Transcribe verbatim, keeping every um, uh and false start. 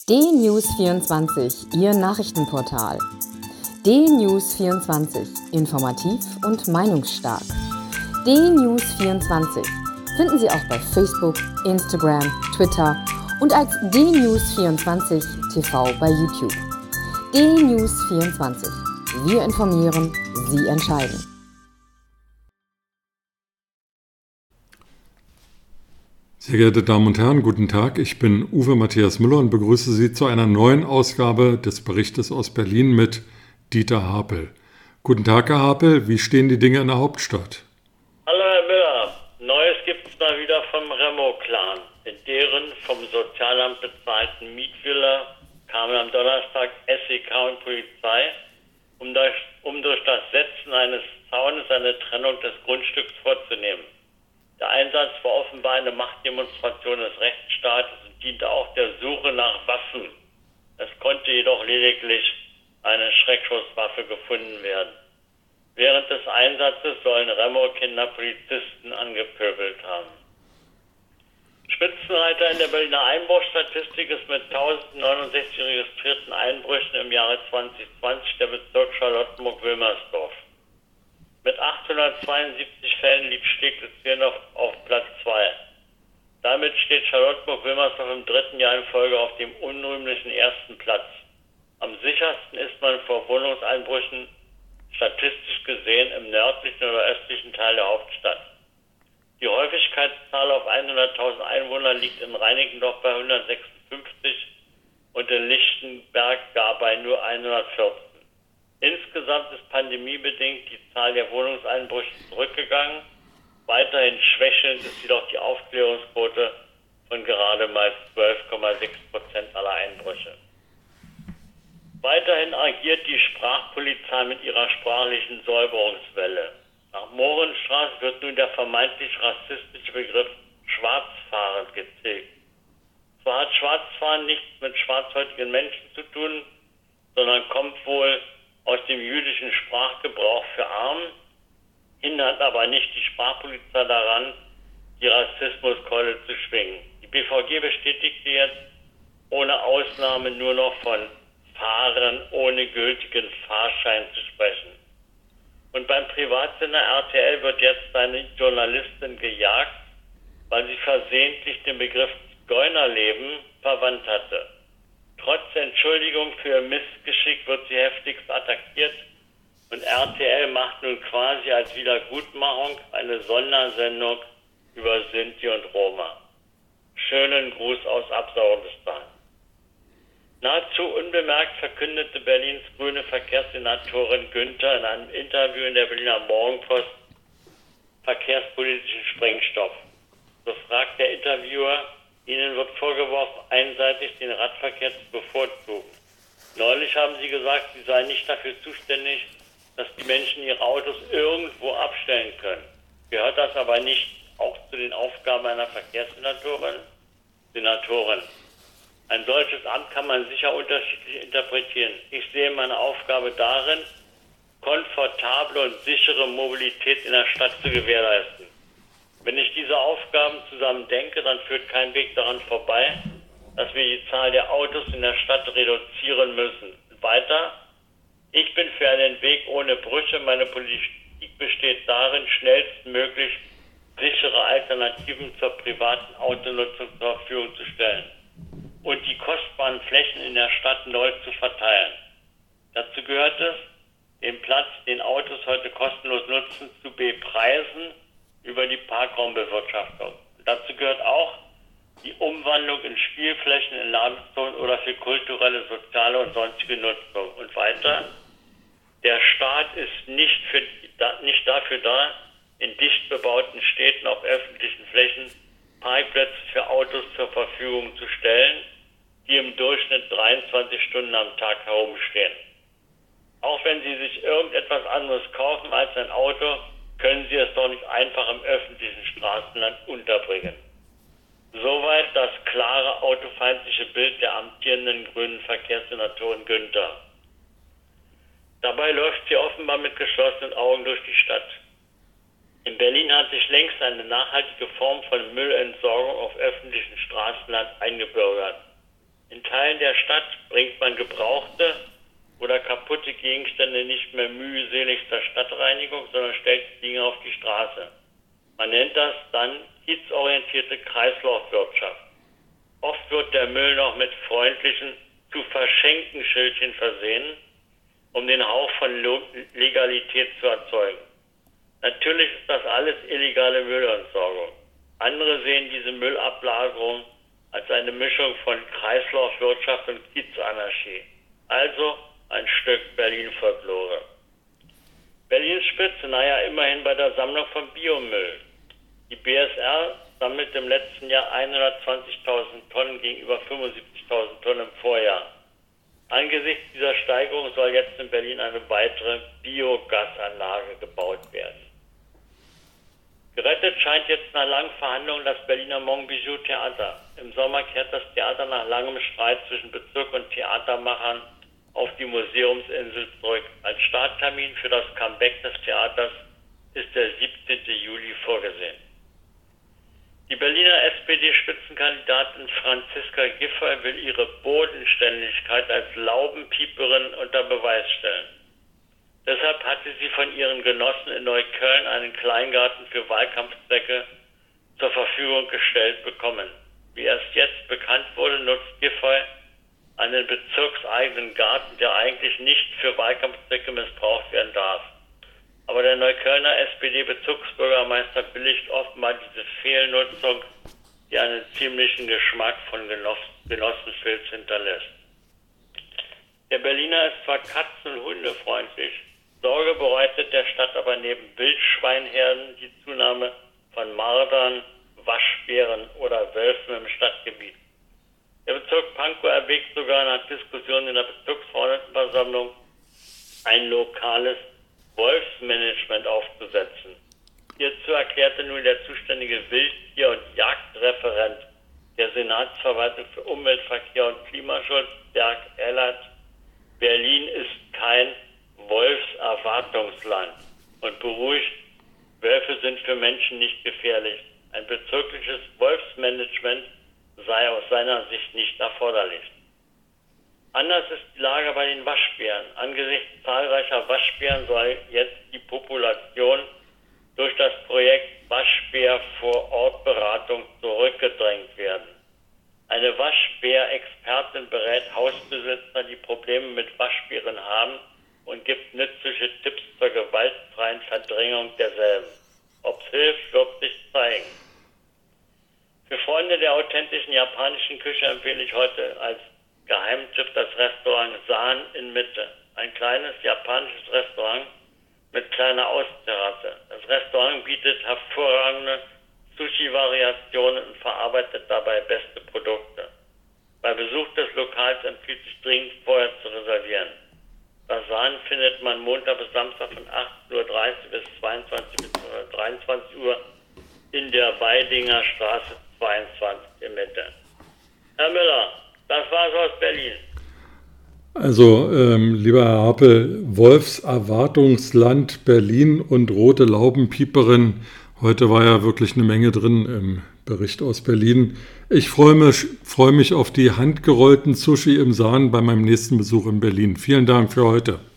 D News vierundzwanzig, Ihr Nachrichtenportal. D News vierundzwanzig, informativ und meinungsstark. D News vierundzwanzig finden Sie auch bei Facebook, Instagram, Twitter und als D News vierundzwanzig T V bei YouTube. D News vierundzwanzig. Wir informieren, Sie entscheiden. Sehr geehrte Damen und Herren, guten Tag. Ich bin Uwe Matthias Müller und begrüße Sie zu einer neuen Ausgabe des Berichtes aus Berlin mit Dieter Hapel. Guten Tag, Herr Hapel. Wie stehen die Dinge in der Hauptstadt? Hallo, Herr Müller. Neues gibt es mal wieder vom Remo-Clan. In deren vom Sozialamt bezahlten Mietvilla kamen am Donnerstag S E K und Polizei, um durch, um durch das Setzen eines Zaunes eine Trennung des Grundstücks vorzunehmen. Der Einsatz war offenbar eine Machtdemonstration des Rechtsstaates und diente auch der Suche nach Waffen. Es konnte jedoch lediglich eine Schreckschusswaffe gefunden werden. Während des Einsatzes sollen Remo-Kinder Polizisten angepöbelt haben. Spitzenreiter in der Berliner Einbruchstatistik ist mit tausendneunundsechzig registrierten Einbrüchen im Jahre zwanzig zwanzig der Bezirk Charlottenburg-Wilmersdorf. Mit achthundertzweiundsiebzig Fällen liegt Steglitz-Zehlendorf auf Platz zwei. Damit steht Charlottenburg-Wilmersdorf im dritten Jahr in Folge auf dem unrühmlichen ersten Platz. Am sichersten ist man vor Wohnungseinbrüchen statistisch gesehen im nördlichen oder östlichen Teil der Hauptstadt. Die Häufigkeitszahl auf hunderttausend Einwohner liegt in Reinickendorf bei hundertsechsundfünfzig und in Lichtenberg gar bei nur hundertvierzehn. Insgesamt ist pandemiebedingt die Zahl der Wohnungseinbrüche zurückgegangen. Weiterhin schwächelnd ist jedoch die Aufklärungsquote von gerade mal zwölf Komma sechs Prozent aller Einbrüche. Weiterhin agiert die Sprachpolizei mit ihrer sprachlichen Säuberungswelle. Nach Mohrenstraße wird nun der vermeintlich rassistische Begriff Schwarzfahren getilgt. Zwar hat Schwarzfahren nichts mit schwarzhäutigen Menschen zu tun, sondern kommt wohl aus dem jüdischen Sprachgebrauch für arm, hindert aber nicht die Sprachpolizei daran, die Rassismuskeule zu schwingen. Die B V G bestätigte jetzt ohne Ausnahme nur noch von Fahren ohne gültigen Fahrschein zu sprechen. Und beim Privatsender R T L wird jetzt eine Journalistin gejagt, weil sie versehentlich den Begriff Zigeunerleben verwandt hatte. Trotz Entschuldigung für ihr Missgeschick wird sie heftigst attackiert und R T L macht nun quasi als Wiedergutmachung eine Sondersendung über Sinti und Roma. Schönen Gruß aus Absurdistan. Nahezu unbemerkt verkündete Berlins grüne Verkehrssenatorin Günther in einem Interview in der Berliner Morgenpost verkehrspolitischen Sprengstoff. So fragt der Interviewer: Ihnen wird vorgeworfen, einseitig den Radverkehr zu bevorzugen. Neulich haben Sie gesagt, Sie seien nicht dafür zuständig, dass die Menschen ihre Autos irgendwo abstellen können. Gehört das aber nicht auch zu den Aufgaben einer Verkehrssenatorin? Senatorin: Ein solches Amt kann man sicher unterschiedlich interpretieren. Ich sehe meine Aufgabe darin, komfortable und sichere Mobilität in der Stadt zu gewährleisten. Wenn ich diese Aufgaben zusammen denke, dann führt kein Weg daran vorbei, dass wir die Zahl der Autos in der Stadt reduzieren müssen. Weiter: Ich bin für einen Weg ohne Brüche. Meine Politik besteht darin, schnellstmöglich sichere Alternativen zur privaten Autonutzung zur Verfügung zu stellen und die kostbaren Flächen in der Stadt neu zu verteilen. Dazu gehört es, den Platz, den Autos heute kostenlos nutzen, zu bepreisen über die Parkraumbewirtschaftung. Dazu gehört auch die Umwandlung in Spielflächen, in Ladezonen oder für kulturelle, soziale und sonstige Nutzung. Und weiter: Der Staat ist nicht, für, nicht dafür da, in dicht bebauten Städten auf öffentlichen Flächen Parkplätze für Autos zur Verfügung zu stellen, die im Durchschnitt dreiundzwanzig Stunden am Tag herumstehen. Auch wenn Sie sich irgendetwas anderes kaufen als ein Auto, können Sie es doch nicht einfach im öffentlichen Straßenland unterbringen. Soweit das klare autofeindliche Bild der amtierenden grünen Verkehrssenatorin Günther. Dabei läuft sie offenbar mit geschlossenen Augen durch die Stadt. In Berlin hat sich längst eine nachhaltige Form von Müllentsorgung auf öffentlichem Straßenland eingebürgert. In Teilen der Stadt bringt man gebrauchte oder kaputte Gegenstände nicht mehr mühselig zur Stadtreinigung, sondern stellt die Dinge auf die Straße. Man nennt das dann kiezorientierte Kreislaufwirtschaft. Oft wird der Müll noch mit freundlichen zu verschenken Schildchen versehen, um den Hauch von Legalität zu erzeugen. Natürlich ist das alles illegale Müllentsorgung. Andere sehen diese Müllablagerung als eine Mischung von Kreislaufwirtschaft und Kiezanarchie. Also ein Stück Berlin-Folklore. Berlins Spitze, naja, immerhin bei der Sammlung von Biomüll. Die B S R sammelt im letzten Jahr hundertzwanzigtausend Tonnen gegenüber fünfundsiebzigtausend Tonnen im Vorjahr. Angesichts dieser Steigerung soll jetzt in Berlin eine weitere Biogasanlage gebaut werden. Gerettet scheint jetzt nach langen Verhandlungen das Berliner Monbijou Theater. Im Sommer kehrt das Theater nach langem Streit zwischen Bezirk und Theatermachern auf die Museumsinsel zurück. Als Starttermin für das Comeback des Theaters ist der siebzehnten Juli vorgesehen. Die Berliner S P D-Spitzenkandidatin Franziska Giffey will ihre Bodenständigkeit als Laubenpieperin unter Beweis stellen. Deshalb hatte sie von ihren Genossen in Neukölln einen Kleingarten für Wahlkampfzwecke zur Verfügung gestellt bekommen. Wie erst jetzt bekannt wurde, nutzt Giffey einen bezirkseigenen Garten, der eigentlich nicht für Wahlkampfzwecke missbraucht werden darf. Aber der Neuköllner S P D-Bezirksbürgermeister billigt offenbar diese Fehlnutzung, die einen ziemlichen Geschmack von Genoss Genossenfilz hinterlässt. Der Berliner ist zwar katzen- und hundefreundlich, Sorge bereitet der Stadt aber neben Wildschweinherden die Zunahme von Mardern, Waschbären oder Wölfen im Stadtgebiet. Der Bezirk Pankow erwägt sogar nach Diskussionen in der Bezirksverordnetenversammlung ein lokales Wolfsmanagement aufzusetzen. Hierzu erklärte nun der zuständige Wildtier- und Jagdreferent der Senatsverwaltung für Umweltverkehr und Klimaschutz, Dirk Ellert, Berlin ist kein Wolfserwartungsland und beruhigt, Wölfe sind für Menschen nicht gefährlich. Ein bezirkliches Wolfsmanagement sei aus seiner Sicht nicht erforderlich. Anders ist die Lage bei den Waschbären. Angesichts zahlreicher Waschbären soll jetzt die Population durch das Projekt Waschbär-Vor-Ort-Beratung zurückgedrängt werden. Eine Waschbär-Expertin berät Hausbesitzer, die Probleme mit Waschbären haben, und gibt nützliche Tipps zur gewaltfreien Verdrängung derselben. Ob es hilft, wird sich zeigen. Für Freunde der authentischen japanischen Küche empfehle ich heute als Geheimtipp das Restaurant San in Mitte. Ein kleines japanisches Restaurant mit kleiner Austerrasse. Das Restaurant bietet hervorragende Sushi-Variationen und verarbeitet dabei beste Produkte. Bei Besuch des Lokals empfiehlt sich dringend vorher zu reservieren. Das San findet man Montag bis Samstag von achtzehn Uhr dreißig bis zweiundzwanzig bis dreiundzwanzig Uhr in der Weidinger Straße zweiundzwanzig in Mitte. Herr Müller, das war's aus Berlin. Also, ähm, lieber Herr Harpel, Wolfserwartungsland Berlin und rote Laubenpieperin. Heute war ja wirklich eine Menge drin im Bericht aus Berlin. Ich freue mich, freue mich auf die handgerollten Sushi im San bei meinem nächsten Besuch in Berlin. Vielen Dank für heute.